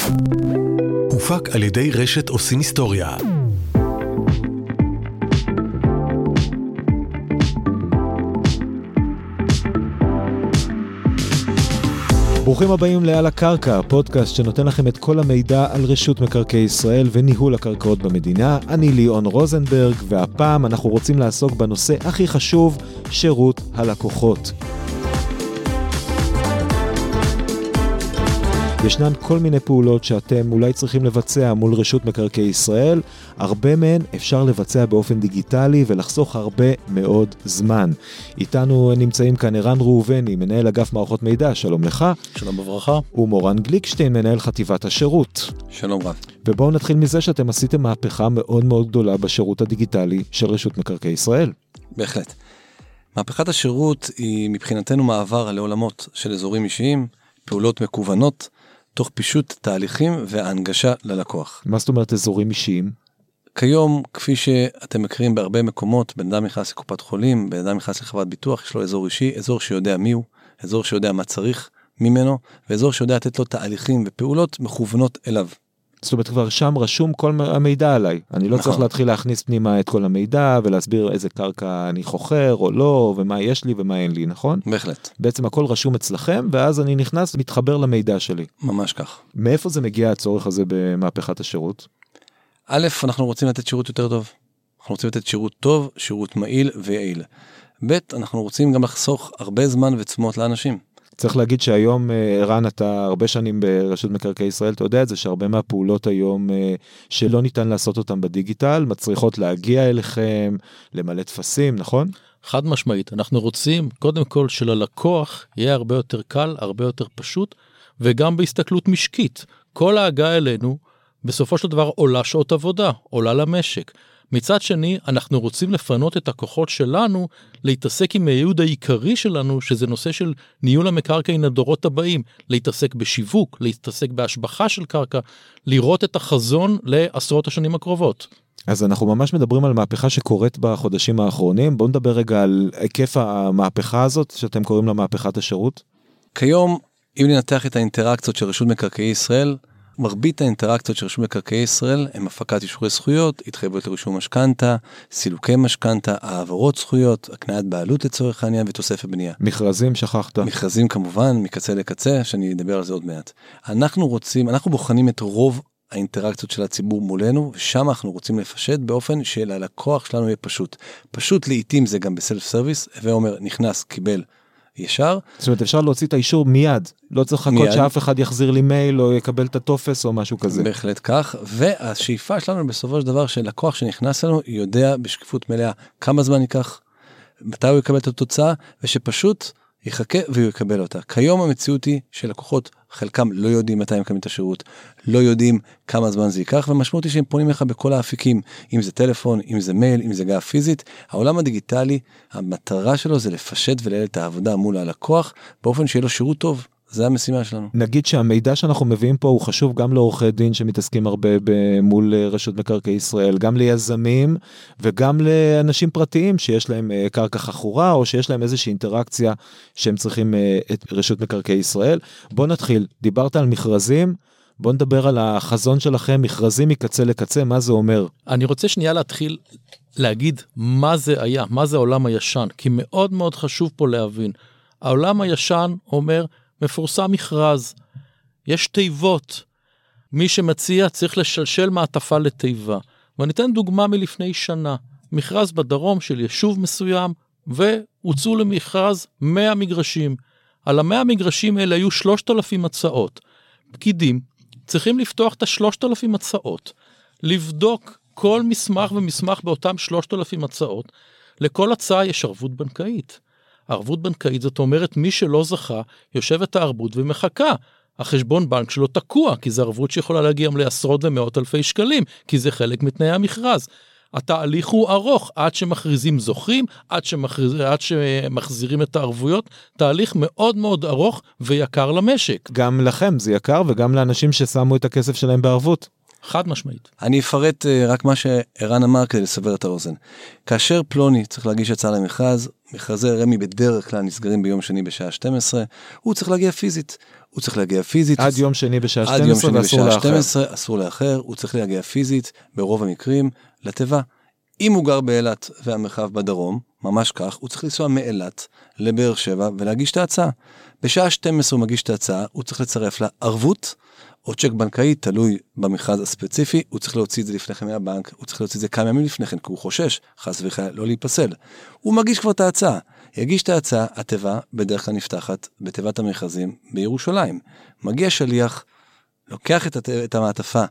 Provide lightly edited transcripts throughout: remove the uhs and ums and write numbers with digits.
הופק על ידי רשת עושים היסטוריה. ברוכים הבאים לעל הקרקע, פודקאסט שנותן לכם את כל המידע על רשות מקרקעי ישראל וניהול הקרקעות במדינה. אני ליאון רוזנברג, והפעם אנחנו רוצים לעסוק בנושא הכי חשוב, שירות הלקוחות. ישנן כל מיני פעולות שאתם אולי צריכים לבצע מול רשות מקרקעי ישראל, הרבה מהן אפשר לבצע באופן דיגיטלי ולחסוך הרבה מאוד זמן. איתנו נמצאים כאן ערן ראובני, מנהל אגף מערכות מידע, שלום לך. שלום בברכה. ומורן גליקשטיין, מנהל חטיבת השירות. שלום רב. ובואו נתחיל מזה שאתם עשיתם מהפכה מאוד מאוד גדולה בשירות הדיגיטלי של רשות מקרקעי ישראל. בהחלט. מהפכת השירות היא מבחינתנו מעבר לעולמות של אזורים אישיים, פעולות מקוונות, תוך פישוט תהליכים וההנגשה ללקוח. מה זאת אומרת אזורים אישיים? כיום, כפי שאתם מכירים בהרבה מקומות, בן אדם נכנס לקופת חולים, בן אדם נכנס לחברת ביטוח, יש לו אזור אישי, אזור שיודע מי הוא, אזור שיודע מה צריך ממנו, ואזור שיודע לתת לו תהליכים ופעולות מכוונות אליו. זאת אומרת, כבר שם רשום כל המידע עליי. אני לא צריך להתחיל להכניס פנימה את כל המידע, ולהסביר איזה קרקע אני חוכר או לא, ומה יש לי ומה אין לי, נכון? בהחלט. בעצם הכל רשום אצלכם, ואז אני נכנס ומתחבר למידע שלי. ממש כך. מאיפה זה מגיע הצורך הזה במהפכת השירות? א', אנחנו רוצים לתת שירות יותר טוב. אנחנו רוצים לתת שירות טוב, שירות מעיל ויעיל. ב', אנחנו רוצים גם לחסוך הרבה זמן וצמות לאנשים. צריך להגיד שהיום, ערן, אתה הרבה שנים ברשות מקרקעי ישראל, אתה יודע את זה, שהרבה מהפעולות היום שלא ניתן לעשות אותן בדיגיטל, מצריכות להגיע אליכם, למלא תפסים, נכון? חד משמעית, אנחנו רוצים קודם כל שללקוח יהיה הרבה יותר קל, הרבה יותר פשוט, וגם בהסתכלות משקית. כל ההגעה אלינו, בסופו של דבר עולה שעות עבודה, עולה למשק. מצד שני, אנחנו רוצים לפנות את הכוחות שלנו, להתעסק עם הייעוד העיקרי שלנו, שזה נושא של ניהול המקרקעין לדורות הבאים, להתעסק בשיווק, להתעסק בהשבחה של קרקע, לראות את החזון לעשרות השנים הקרובות. אז אנחנו ממש מדברים על מהפכה שקורית בחודשים האחרונים. בואו נדבר רגע על היקף המהפכה הזאת, שאתם קוראים לה מהפכת השירות. כיום, אם ננתח את האינטראקציות של רשות מקרקעי ישראל, מרבית האינטראקציות של רשות מקרקעי ישראל הם הפקת אישורי זכויות, התחייבויות לרישום משכנתה, סילוקי משכנתה, העברות זכויות, הקניית בעלות לצורך העניין ותוספת בנייה. מכרזים, שכחת. מכרזים כמובן, מקצה לקצה, שאני אדבר על זה עוד מעט. אנחנו בוחנים את רוב האינטראקציות של הציבור מולנו, ושם אנחנו רוצים לפשט באופן שללקוח שלנו יהיה פשוט. פשוט לעתים זה גם בסלף סרוויס, ואומר נכנס, קיבל, ישר. זאת אומרת, אפשר להוציא את האישור מיד. לא צריך לחכות שאף אחד יחזיר לי מייל, או יקבל את הטופס, או משהו כזה. בהחלט כך, והשאיפה שלנו בסופו של דבר, שלקוח שנכנס לנו, יודע בשקיפות מלאה כמה זמן ייקח, מתי הוא יקבל את התוצאה, ושפשוט יחכה והוא יקבל אותה. כיום המציאות היא שלקוחות, חלקם לא יודעים מתי הם מקבלים את השירות, לא יודעים כמה זמן זה ייקח, והמשמעות היא שהם פונים לך בכל האפיקים, אם זה טלפון, אם זה מייל, אם זה גאה פיזית. העולם הדיגיטלי, המטרה שלו זה לפשט ולייעל את העבודה מול הלקוח, באופן שיהיה לו שירות טוב. זה המשימה שלנו. נגיד שהמידע שאנחנו מביאים פה הוא חשוב גם לעורכי דין שמתעסקים הרבה מול רשות מקרקעי ישראל, גם ליזמים וגם לאנשים פרטיים שיש להם קרקע חכורה או שיש להם איזושהי אינטראקציה שהם צריכים את רשות מקרקעי ישראל. בוא נתחיל, דיברת על מכרזים, בוא נדבר על החזון שלכם, מכרזים מקצה לקצה, מה זה אומר? אני רוצה שנייה להתחיל להגיד מה זה היה, מה זה העולם הישן, כי מאוד מאוד חשוב פה להבין. העולם הישן אומר מפורסם מכרז, יש תיבות, מי שמציע צריך לשלשל מעטפה לתיבה, ואני אתן דוגמה מלפני שנה, מכרז בדרום של יישוב מסוים, והוצאו למכרז 100 מגרשים, על 100 מגרשים האלה היו 3,000 הצעות, פקידים צריכים לפתוח את 3,000 הצעות, לבדוק כל מסמך ומסמך באותם 3,000 הצעות, לכל הצעה יש ערבות בנקאית, ערבות בנקאית, זאת אומרת, מי שלא זכה, יושבת הערבות ומחכה. החשבון בנק שלו תקוע, כי זו ערבות שיכולה להגיע לעשרות ומאות אלפי שקלים, כי זה חלק מתנאי המכרז. התהליך הוא ארוך, עד שמכריזים זוכים, עד שמחזירים את הערבויות, תהליך מאוד מאוד ארוך ויקר למשק. גם לכם זה יקר, וגם לאנשים ששמו את הכסף שלהם בערבות. חד משמעית. אני אפרט רק מה שערן אמר כדי לסבר את האוזן. כאשר פלוני צריך להגיש הצעה למכרז, מכרזי רמי בדרך כלל נסגרים ביום שני בשעה 12, הוא צריך להגיע פיזית. הוא צריך להגיע פיזית. עד יום שני בשעה 12 ואסור לאחר. אסור לאחר, הוא צריך להגיע פיזית, ברוב המקרים, לטבע. אם הוא גר באילת והמרחב בדרום, ממש כך, הוא צריך לנסוע מאילת לבאר שבע ולהגיש את ההצעה. בשעה 12 הוא מגיש את ההצעה, הוא צריך לצרף לה ערבות, או צ'ק בנקאי, תלוי במכרז הספציפי, הוא צריך להוציא את זה לפני כן מהבנק, הוא צריך להוציא את זה כמה ימים לפני כן, כי הוא חושש, חס וחלילה, לא להיפסל. הוא מגיש כבר את ההצעה. יגיש את ההצעה, התיבה בדרך כלל נפתחת בתיבת המכרזים בירושלים. מגיע שליח, לוקח את המעטפה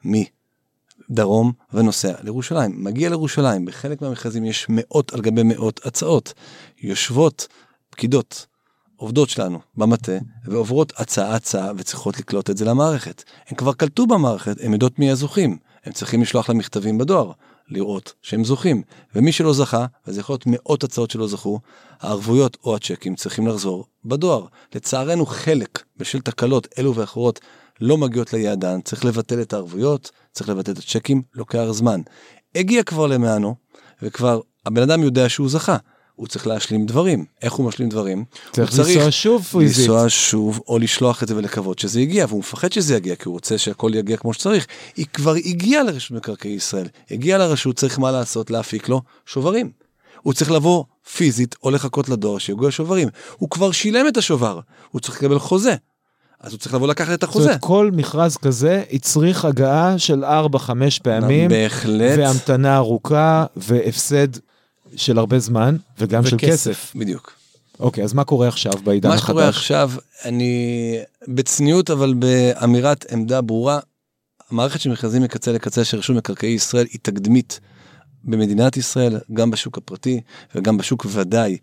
מדרום ונוסע לירושלים. מגיע לירושלים, בחלק מהמכרזים יש מאות על גבי מאות הצעות. יושבות פקידות, עובדות שלנו במטה, ועוברות הצעה וצריכות לקלוט את זה למערכת. הן כבר קלטו במערכת, הן יודעות מי הזוכים. הם צריכים לשלוח להם מכתבים בדואר, לראות שהם זוכים. ומי שלא זכה, וזה יכול להיות מאות הצעות שלא זכו, הערבויות או הצ'קים צריכים לחזור בדואר. לצערנו חלק בשל תקלות אלו ואחרות לא מגיעות ליעדן, צריך לבטל את הערבויות, צריך לבטל את הצ'קים, לוקח זמן. הגיע כבר למענו, וכבר הבן אדם יודע שהוא זכה. הוא צריך להשלים דברים. איך הוא משלים דברים? צריך לנסוע שוב פיזית. לנסוע שוב, או לשלוח את זה ולקוות שזה יגיע, והוא מפחד שזה יגיע, כי הוא רוצה שהכל יגיע כמו שצריך. היא כבר הגיעה לרשות מקרקעי ישראל. הגיעה לרשות, צריך מה לעשות? להפיק לו שוברים. הוא צריך לבוא פיזית, או לחכות לדואר שיגיעו השוברים. הוא כבר שילם את השובר. הוא צריך לקבל חוזה. אז הוא צריך לבוא לקחת את החוזה. זאת אומרת, כל מכרז כזה יצריך הגעה של 4-5 פעמים. בהחלט. והמתנה ארוכה, והפסד של הרבה זמן, וגם של כסף. בדיוק. אוקיי, אז מה קורה עכשיו בעידן החדש? מה שקורה עכשיו, אני בצניעות, אבל באמירת עמדה ברורה, המערכת של מכרזים מקצה לקצה של רשות מקרקעי ישראל היא תקדמית במדינת ישראל, גם בשוק הפרטי, וגם בשוק ודאי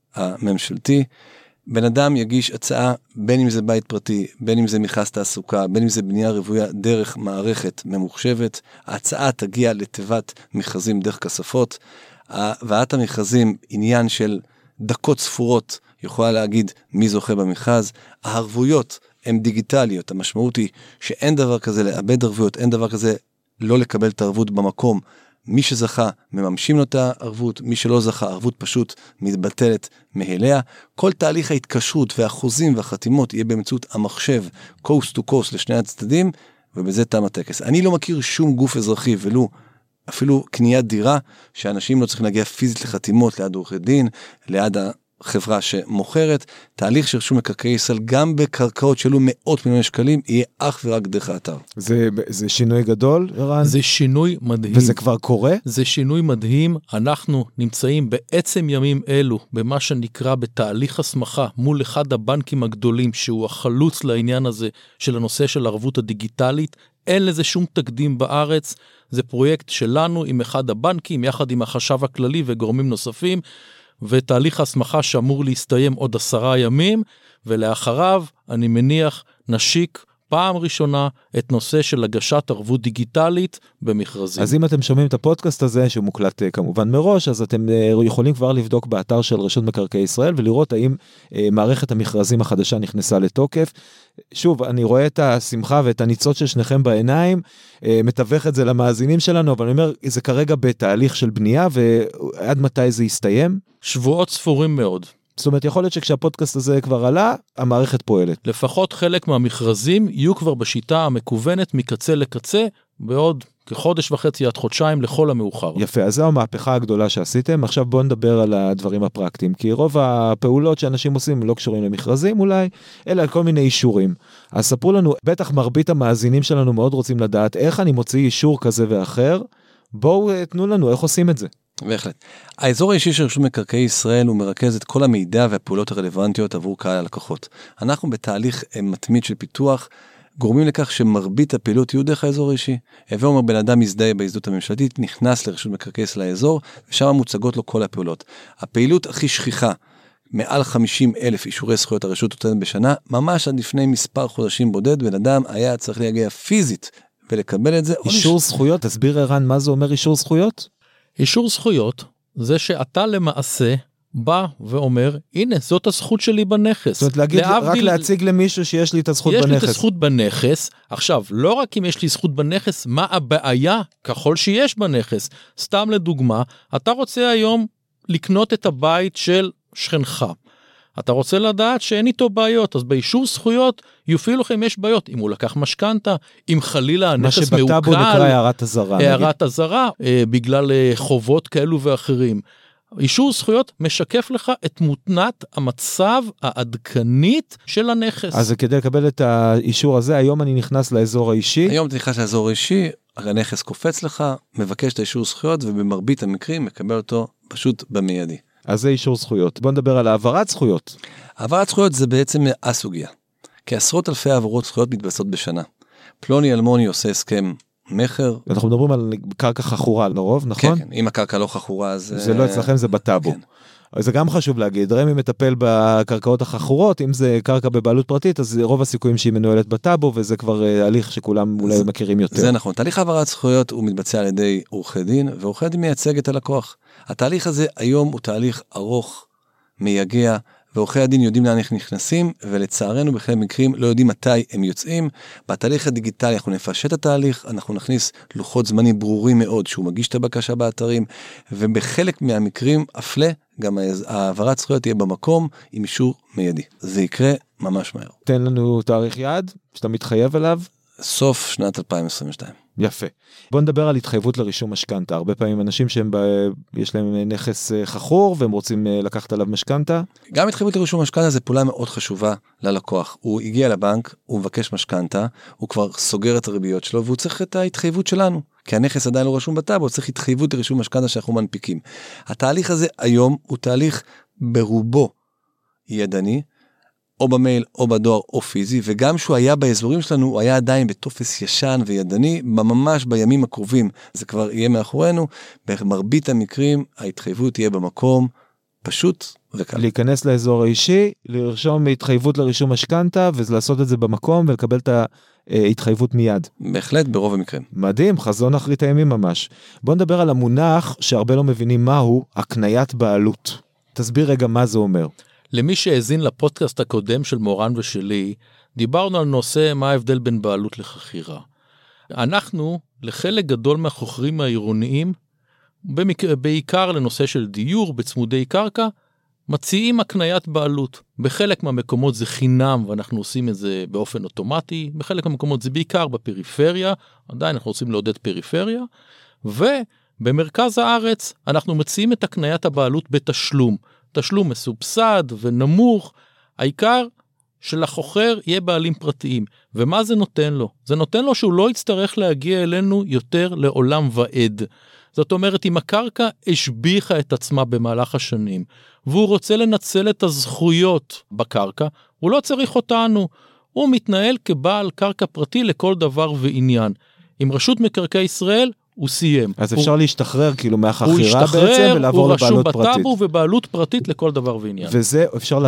הממשלתי. בן אדם יגיש הצעה, בין אם זה בית פרטי, בין אם זה מכרז תעסוקה, בין אם זה בנייה רוויה דרך מערכת ממוחשבת, ההצעה תגיע לתיבת מכרזים דרך כספות, ועדת המכרזים, עניין של דקות ספורות, יכולה להגיד מי זוכה במכרז. הערבויות הן דיגיטליות, המשמעות היא שאין דבר כזה לאבד ערבויות, אין דבר כזה לא לקבל את הערבות במקום. מי שזכה מממשים לו את הערבות, מי שלא זכה, הערבות פשוט מתבטלת מאליה. כל תהליך ההתקשרות והחוזים והחתימות יהיה באמצעות המחשב, coast to coast לשני הצדדים, ובזה תם הטקס. אני לא מכיר שום גוף אזרחי ולו אפילו קניית דירה, שאנשים לא צריכים להגיע פיזית לחתימות ליד עורכי דין, ליד החברה שמוכרת. תהליך של רשות מקרקעי ישראל, גם בקרקעות שלו מאות מיליוני שקלים, יהיה אך ורק דרך האתר. זה שינוי גדול, ערן? זה שינוי מדהים. וזה כבר קורה? זה שינוי מדהים. אנחנו נמצאים בעצם ימים אלו, במה שנקרא בתהליך הסמכה, מול אחד הבנקים הגדולים, שהוא החלוץ לעניין הזה, של הנושא של הערבות הדיגיטלית. אין לזה שום תקדים בארץ. זה פרויקט שלנו עם אחד הבנקים, יחד עם החשב הכללי וגורמים נוספים, ותהליך הסמכה שאמור להסתיים עוד 10 ימים, ולאחריו אני מניח נשיק פעם ראשונה את נושא של הגשת ערבות דיגיטלית במכרזים. אז אם אתם שומעים את הפודקאסט הזה, שהוא מוקלט כמובן מראש, אז אתם יכולים כבר לבדוק באתר של רשות מקרקעי ישראל, ולראות האם מערכת המכרזים החדשה נכנסה לתוקף. שוב, אני רואה את השמחה ואת הניצות של שניכם בעיניים, מתווך את זה למאזינים שלנו, אבל אני אומר, זה כרגע בתהליך של בנייה, ועד מתי זה יסתיים? שבועות ספורים מאוד. זאת אומרת, יכול להיות שכשהפודקאסט הזה כבר עלה, המערכת פועלת. לפחות חלק מהמכרזים יהיו כבר בשיטה המקוונת מקצה לקצה, בעוד כחודש וחצי עד חודשיים לכל המאוחר. יפה, אז זו המהפכה הגדולה שעשיתם. עכשיו בואו נדבר על הדברים הפרקטיים, כי רוב הפעולות שאנשים עושים לא קשורים למכרזים אולי, אלא על כל מיני אישורים. אז ספרו לנו, בטח מרבית המאזינים שלנו מאוד רוצים לדעת איך אני מוציא אישור כזה ואחר. בואו תנו לנו איך עושים את זה. בהחלט. האזור האישי של רשות מקרקעי ישראל הוא מרכז את כל המידע והפעולות הרלוונטיות עבור קהל הלקוחות. אנחנו בתהליך מתמיד של פיתוח, גורמים לכך שמרבית הפעילות יהיו דרך האזור האישי. הווה אומר, בן אדם מזדהה בהזדהות הממשלתית, נכנס לרשות מקרקעי ישראל לאזור, ושם מוצגות לו כל הפעולות. הפעילות הכי שכיחה, מעל 50,000 אישורי זכויות הרשות נותנת בשנה, ממש עד לפני מספר חודשים בודד, בן אדם היה צריך להגיע פיזית ולקבל את זה. אישור זכויות, תסביר ערן מה זה אומר אישור זכויות? אישור זכויות זה שאתה למעשה בא ואומר, הנה, זאת הזכות שלי בנכס. זאת אומרת, להגיד, רק להציג למישהו שיש לי את הזכות בנכס. יש לי את הזכות בנכס. עכשיו, לא רק אם יש לי זכות בנכס, מה הבעיה ככל שיש בנכס. סתם לדוגמה, אתה רוצה היום לקנות את הבית של שכנך. אתה רוצה לדעת שאין איתו בעיות, אז באישור זכויות יופעילו לכם יש בעיות. אם הוא לקח משכנתה, אם חלילה הנכס מעוקל. מה שבטאבו נקרא הערת הזרה. הערת הזרה, בגלל חובות כאלו ואחרים. אישור זכויות משקף לך את מותנת המצב העדכנית של הנכס. אז כדי לקבל את האישור הזה, היום אני נכנס לאזור האישי. היום אתה נכנס לאזור האישי, הנכס קופץ לך, מבקש את האישור זכויות, ובמרבית המקרים מקבל אותו פשוט במיידי. אז זה אישור זכויות. בוא נדבר על העברת זכויות. העברת זכויות זה בעצם הסוגיה. כעשרות אלפי העברות זכויות מתבצעות בשנה. פלוני אלמוני עושה הסכם מחר. אנחנו מדברים על קרקע חכורה לרוב, נכון? כן, אם הקרקע לא חכורה, אז... זה לא אצלכם, זה בטאבו. כן. אז זה גם חשוב להגיד, רמ"י מטפל בקרקעות החכורות, אם זה קרקע בבעלות פרטית, אז רוב הסיכויים שהיא מנוהלת בטאבו, וזה כבר הליך שכולם אולי מכירים יותר. זה נכון, תהליך העברת זכויות הוא מתבצע על ידי עורכי דין, ועורכי דין מייצג את הלקוח. התהליך הזה היום הוא תהליך ארוך, מייגע, ועורכי הדין יודעים לאן איך נכנסים, ולצערנו בחלק מקרים לא יודעים מתי הם יוצאים. בתהליך הדיגיטלי אנחנו נפשט את התהליך, אנחנו נכניס לוחות זמנים ברורים מאוד, שהוא מגיש את הבקשה באתרים, ובחלק מהמקרים אפלה, גם העברת זכויות תהיה במקום עם אישור מיידי. זה יקרה ממש מהר. תן לנו תאריך יעד, שאתה מתחייב אליו. סוף שנת 2022. יפה. בוא נדבר על התחייבות לרישום משכנתה. הרבה פעמים אנשים יש להם נכס חכור, והם רוצים לקחת עליו משכנתה. גם התחייבות לרישום משכנתה זה פעולה מאוד חשובה ללקוח. הוא הגיע לבנק, הוא מבקש משכנתה, הוא כבר סוגר את הריביות שלו, והוא צריך את ההתחייבות שלנו. כי הנכס עדיין לא רשום בטאבו, הוא צריך התחייבות לרישום משכנתה שאנחנו מנפיקים. התהליך הזה היום הוא תהליך ברובו ידני, או במייל, או בדואר, או פיזי, וגם שהוא היה באזורים שלנו, הוא היה עדיין בטופס ישן וידני, ממש בימים הקרובים, זה כבר יהיה מאחורינו, במרבית המקרים, ההתחייבות תהיה במקום, פשוט וקל. להיכנס לאזור האישי, לרשום התחייבות לרישום משכנתה, ולעשות את זה במקום, ולקבל את ההתחייבות מיד. בהחלט, ברוב המקרים. מדהים, חזון אחרית הימים ממש. בוא נדבר על המונח, שהרבה לא מבינים מהו, הקניית בעלות. תסביר רגע מה זה אומר. למי שהאזין לפודקאסט הקודם של מורן ושלי, דיברנו על נושא מה ההבדל בין בעלות לחכירה. אנחנו, לחלק גדול מהחוכרים העירוניים, בעיקר לנושא של דיור בצמודי קרקע, מציעים הקניית בעלות. בחלק מהמקומות זה חינם, ואנחנו עושים את זה באופן אוטומטי, בחלק מהמקומות זה בעיקר בפריפריה, עדיין אנחנו רוצים לעודד פריפריה, ובמרכז הארץ אנחנו מציעים את הקניית הבעלות בתשלום. תשלום מסובסד ונמוך, העיקר שלחוכר יהיה בעלים פרטיים. ומה זה נותן לו? זה נותן לו שהוא לא יצטרך להגיע אלינו יותר לעולם ועד. זאת אומרת, אם הקרקע השביחה את עצמה במהלך השנים, והוא רוצה לנצל את הזכויות בקרקע, הוא לא צריך אותנו. הוא מתנהל כבעל קרקע פרטי לכל דבר ועניין. עם רשות מקרקעי ישראל, הוא סיים. אז אפשר להשתחרר כאילו מהחכירה בעצם, ולעבור לבעלות פרטית. הוא רשום בטאבו ובעלות פרטית לכל דבר ועניין. וזה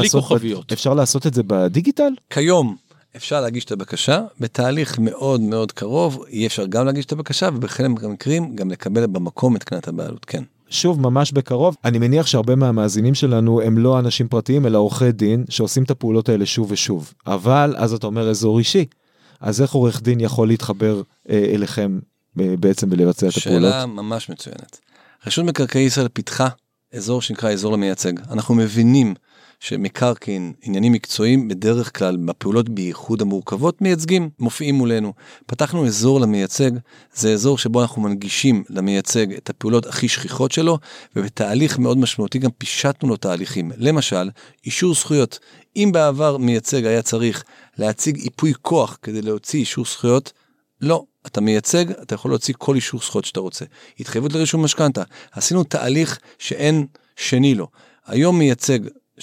אפשר לעשות את זה בדיגיטל? כיום אפשר להגיש את הבקשה, בתהליך מאוד מאוד קרוב, יהיה אפשר גם להגיש את הבקשה, ובחלק מהמקרים גם לקבל במקום את קניית הבעלות, כן. שוב, ממש בקרוב. אני מניח שהרבה מהמאזינים שלנו הם לא אנשים פרטיים, אלא עורכי דין, שעושים את הפעולות האלה שוב ושוב. אבל אז אתה אומר אזור אישי. אז איך עורך דין יכול להתחבר אליכם בעצם בלבצע את הפעולות? שאלה ממש מצוינת. רשות מקרקעי ישראל פיתחה אזור שנקרא אזור למייצג. אנחנו מבינים שמקרקעין, עניינים מקצועיים, בדרך כלל בפעולות בייחוד המורכבות, מייצגים, מופיעים מולנו. פתחנו אזור למייצג, זה אזור שבו אנחנו מנגישים למייצג את הפעולות הכי שכיחות שלו, ובתהליך מאוד משמעותי גם פישטנו לו תהליכים. למשל, אישור זכויות. אם בעבר מייצג היה צריך להציג איפוי כוח כדי להוציא אישור זכויות, לא. אתה מייצג, אתה יכול להוציא כל אישור זכויות שאתה רוצה. התחייבות לרישום משכנתה. עשינו תהליך שאין שני לו. היום מייצג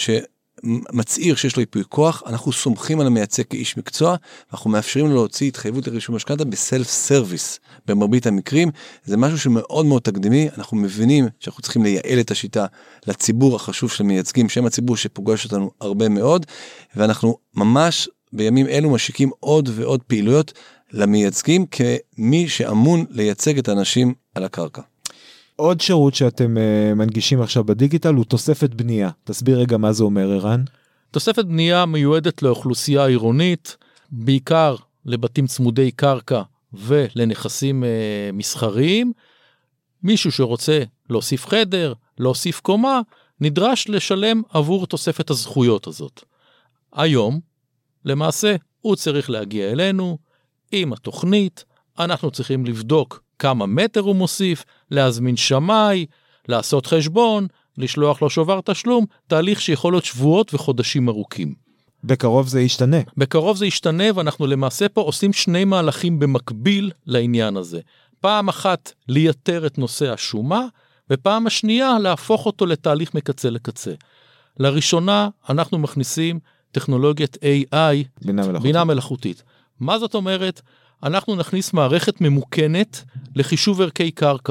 שמצעיר שיש לו ייפוי כוח, אנחנו סומכים על המייצג כאיש מקצוע, ואנחנו מאפשרים לו להוציא התחייבות לרישום משכנתה בסלף סרוויס. במרבית המקרים, זה משהו שמאוד מאוד תקדימי, אנחנו מבינים שאנחנו צריכים לייעל את השיטה לציבור החשוב של מייצגים, שהם הציבור שפוגש אותנו הרבה מאוד, ואנחנו ממש בימים אלו משיקים עוד ועוד פעילויות למייצגים כמי שאמון לייצג את האנשים על הקרקע. עוד שירות שאתם מנגישים עכשיו בדיגיטל הוא תוספת בנייה. תסביר רגע מה זה אומר, ערן. תוספת בנייה מיועדת לאוכלוסייה עירונית, בעיקר לבתים צמודי קרקע ולנכסים מסחריים. מישהו שרוצה להוסיף חדר, להוסיף קומה, נדרש לשלם עבור תוספת הזכויות הזאת. היום, למעשה, הוא צריך להגיע אלינו עם התוכנית, אנחנו צריכים לבדוק כמה מטר הוא מוסיף, להזמין שמאי, לעשות חשבון, לשלוח לו שובר תשלום, תהליך שיכול להיות שבועות וחודשים ארוכים. בקרוב זה ישתנה. בקרוב זה ישתנה, ואנחנו למעשה פה עושים שני מהלכים במקביל לעניין הזה. פעם אחת לייתר את נושא השומה, ופעם השנייה להפוך אותו לתהליך מקצה לקצה. לראשונה אנחנו מכניסים טכנולוגיית AI, בינה מלאכותית. מה זאת אומרת? אנחנו נכניס מערכת ממוכנת לחישוב ערכי קרקע.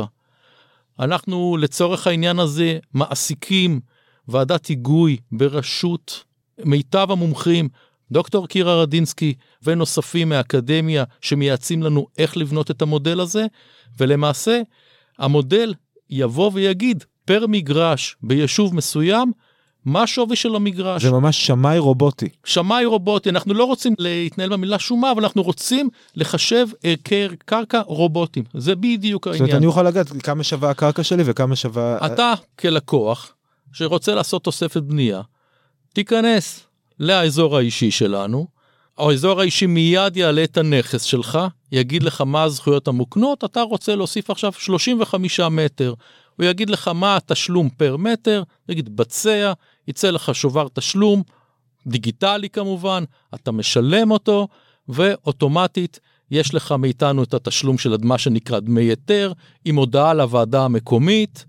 אנחנו לצורך העניין הזה מעסיקים ועדת היגוי בראשות מיטב המומחים, דוקטור קירה רדינסקי ונוספים מהאקדמיה שמייעצים לנו איך לבנות את המודל הזה, ולמעשה המודל יבוא ויגיד פר מגרש ביישוב מסוים, מה השווי של המגרש. זה ממש שמאי רובוטי. שמאי רובוטי, אנחנו לא רוצים להתנהל במילה שומה, אבל אנחנו רוצים לחשב ערכי קרקע רובוטים. זה בדיוק העניין. זאת אומרת, אני אוכל להגיד כמה שווה הקרקע שלי וכמה שווה... אתה כלקוח שרוצה לעשות תוספת בנייה, תיכנס לאזור האישי שלנו, האזור האישי מיד יעלה את הנכס שלך, יגיד לך מה הזכויות המוקנות, אתה רוצה להוסיף עכשיו 35 מטר, הוא יגיד לך מה התשלום פר מטר, יגיד בצע, יצא לך שובר תשלום, דיגיטלי כמובן, אתה משלם אותו, ואוטומטית יש לך מאיתנו את התשלום של מה שנקרא דמי יתר, עם הודעה לוועדה המקומית,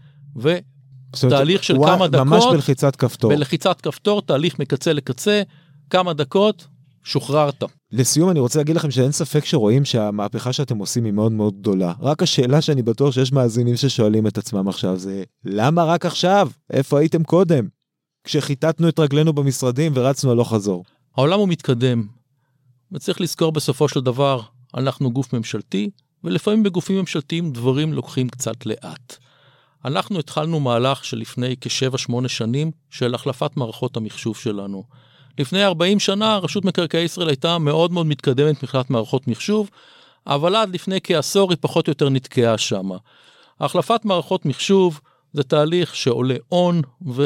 ותהליך של כמה דקות, ממש בלחיצת כפתור. בלחיצת כפתור, תהליך מקצה לקצה, כמה דקות, שוחררת. לסיום אני רוצה להגיד לכם שאין ספק שרואים שהמהפכה שאתם עושים היא מאוד מאוד גדולה. רק השאלה שאני בטוח שיש מאזינים ששואלים את עצמם עכשיו זה, למה רק עכשיו? איפה הייתם קודם? כשחיטטנו את רגלינו במשרדים ורצנו הלוך חזור. העולם הוא מתקדם, וצריך לזכור בסופו של דבר, אנחנו גוף ממשלתי, ולפעמים בגופים ממשלתיים דברים לוקחים קצת לאט. אנחנו התחלנו מהלך שלפני כ7-8 שנים של החלפת מערכות המחשוב שלנו. לפני 40 שנה, רשות מקרקעי ישראל הייתה מאוד מאוד מתקדמת מבחינת מערכות מחשוב, אבל עד לפני כעשור היא פחות או יותר נתקעה שם. החלפת מערכות מחשוב זה תהליך שעולה הון,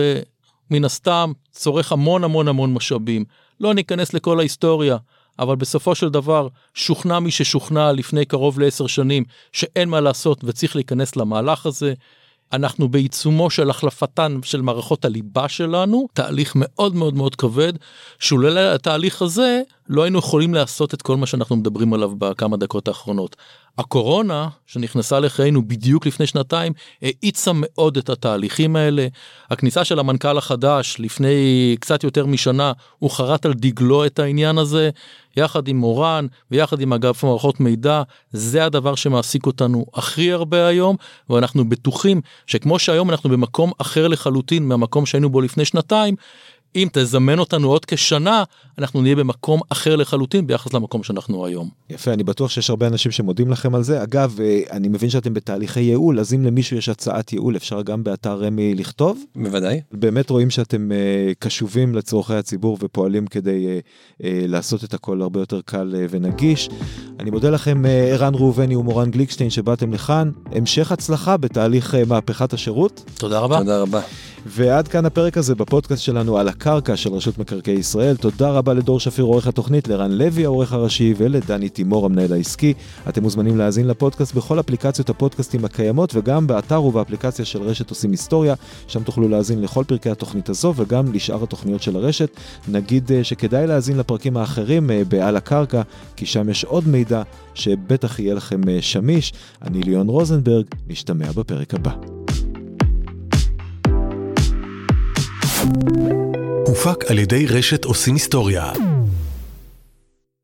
ומן הסתם צורך המון משאבים. לא ניכנס לכל ההיסטוריה, אבל בסופו של דבר שוכנע מי ששוכנע לפני קרוב ל10 שנים שאין מה לעשות וצריך להיכנס למהלך הזה. אנחנו בעיצומו של החלפתן של מערכות הליבה שלנו, תהליך מאוד מאוד מאוד כבד, שאולי התהליך הזה לא היינו יכולים לעשות את כל מה שאנחנו מדברים עליו בכמה דקות האחרונות. הקורונה שנכנסה לחיינו בדיוק לפני 2 האיצה מאוד את התהליכים האלה. הכניסה של המנכ"ל החדש לפני קצת יותר משנה, הוא חרט על דגלו את העניין הזה, יחד עם מורן ויחד עם אגף מערכות מידע. זה הדבר שמעסיק אותנו הכי הרבה היום, ואנחנו בטוחים שכמו שהיום אנחנו במקום אחר לחלוטין מהמקום שהיינו בו לפני 2, אם תזמן אותנו עוד כשנה, אנחנו נהיה במקום אחר לחלוטין ביחס למקום שאנחנו היום. יפה, אני בטוח שיש הרבה אנשים שמודים לכם על זה. אגב, אני מבין שאתם בתהליכי ייעול, אז אם למישהו יש הצעת ייעול, אפשר גם באתר רמי לכתוב? בוודאי. באמת רואים שאתם קשובים לצורכי הציבור ופועלים כדי לעשות את הכל הרבה יותר קל ונגיש. אני מודה לכם, ערן ראובני ומורן גליקשטיין, שבאתם לכאן. המשך הצלחה בתהליך מהפכת השירות. תודה רבה. תודה רבה. ועד כאן הפרק הזה בפודקאסט שלנו על הקרקע של רשות מקרקעי ישראל. תודה רבה לדור שפיר עורך התוכנית, לרן לוי העורך הראשי ולדני תימור המנהל העסקי. אתם מוזמנים להאזין לפודקאסט בכל אפליקציות הפודקאסטים הקיימות, וגם באתר ובאפליקציה של רשת עושים היסטוריה. שם תוכלו להאזין לכל פרקי התוכנית הזו וגם לשאר התוכניות של הרשת. נגיד שכדאי להאזין לפרקים האחרים בעל הקרקע, כי שם יש עוד מידע שבטח יהיה לכם שמיש. אני ליאון רוזנברג, נשתמע בפרק הבא. הופק על ידי רשת עושים היסטוריה.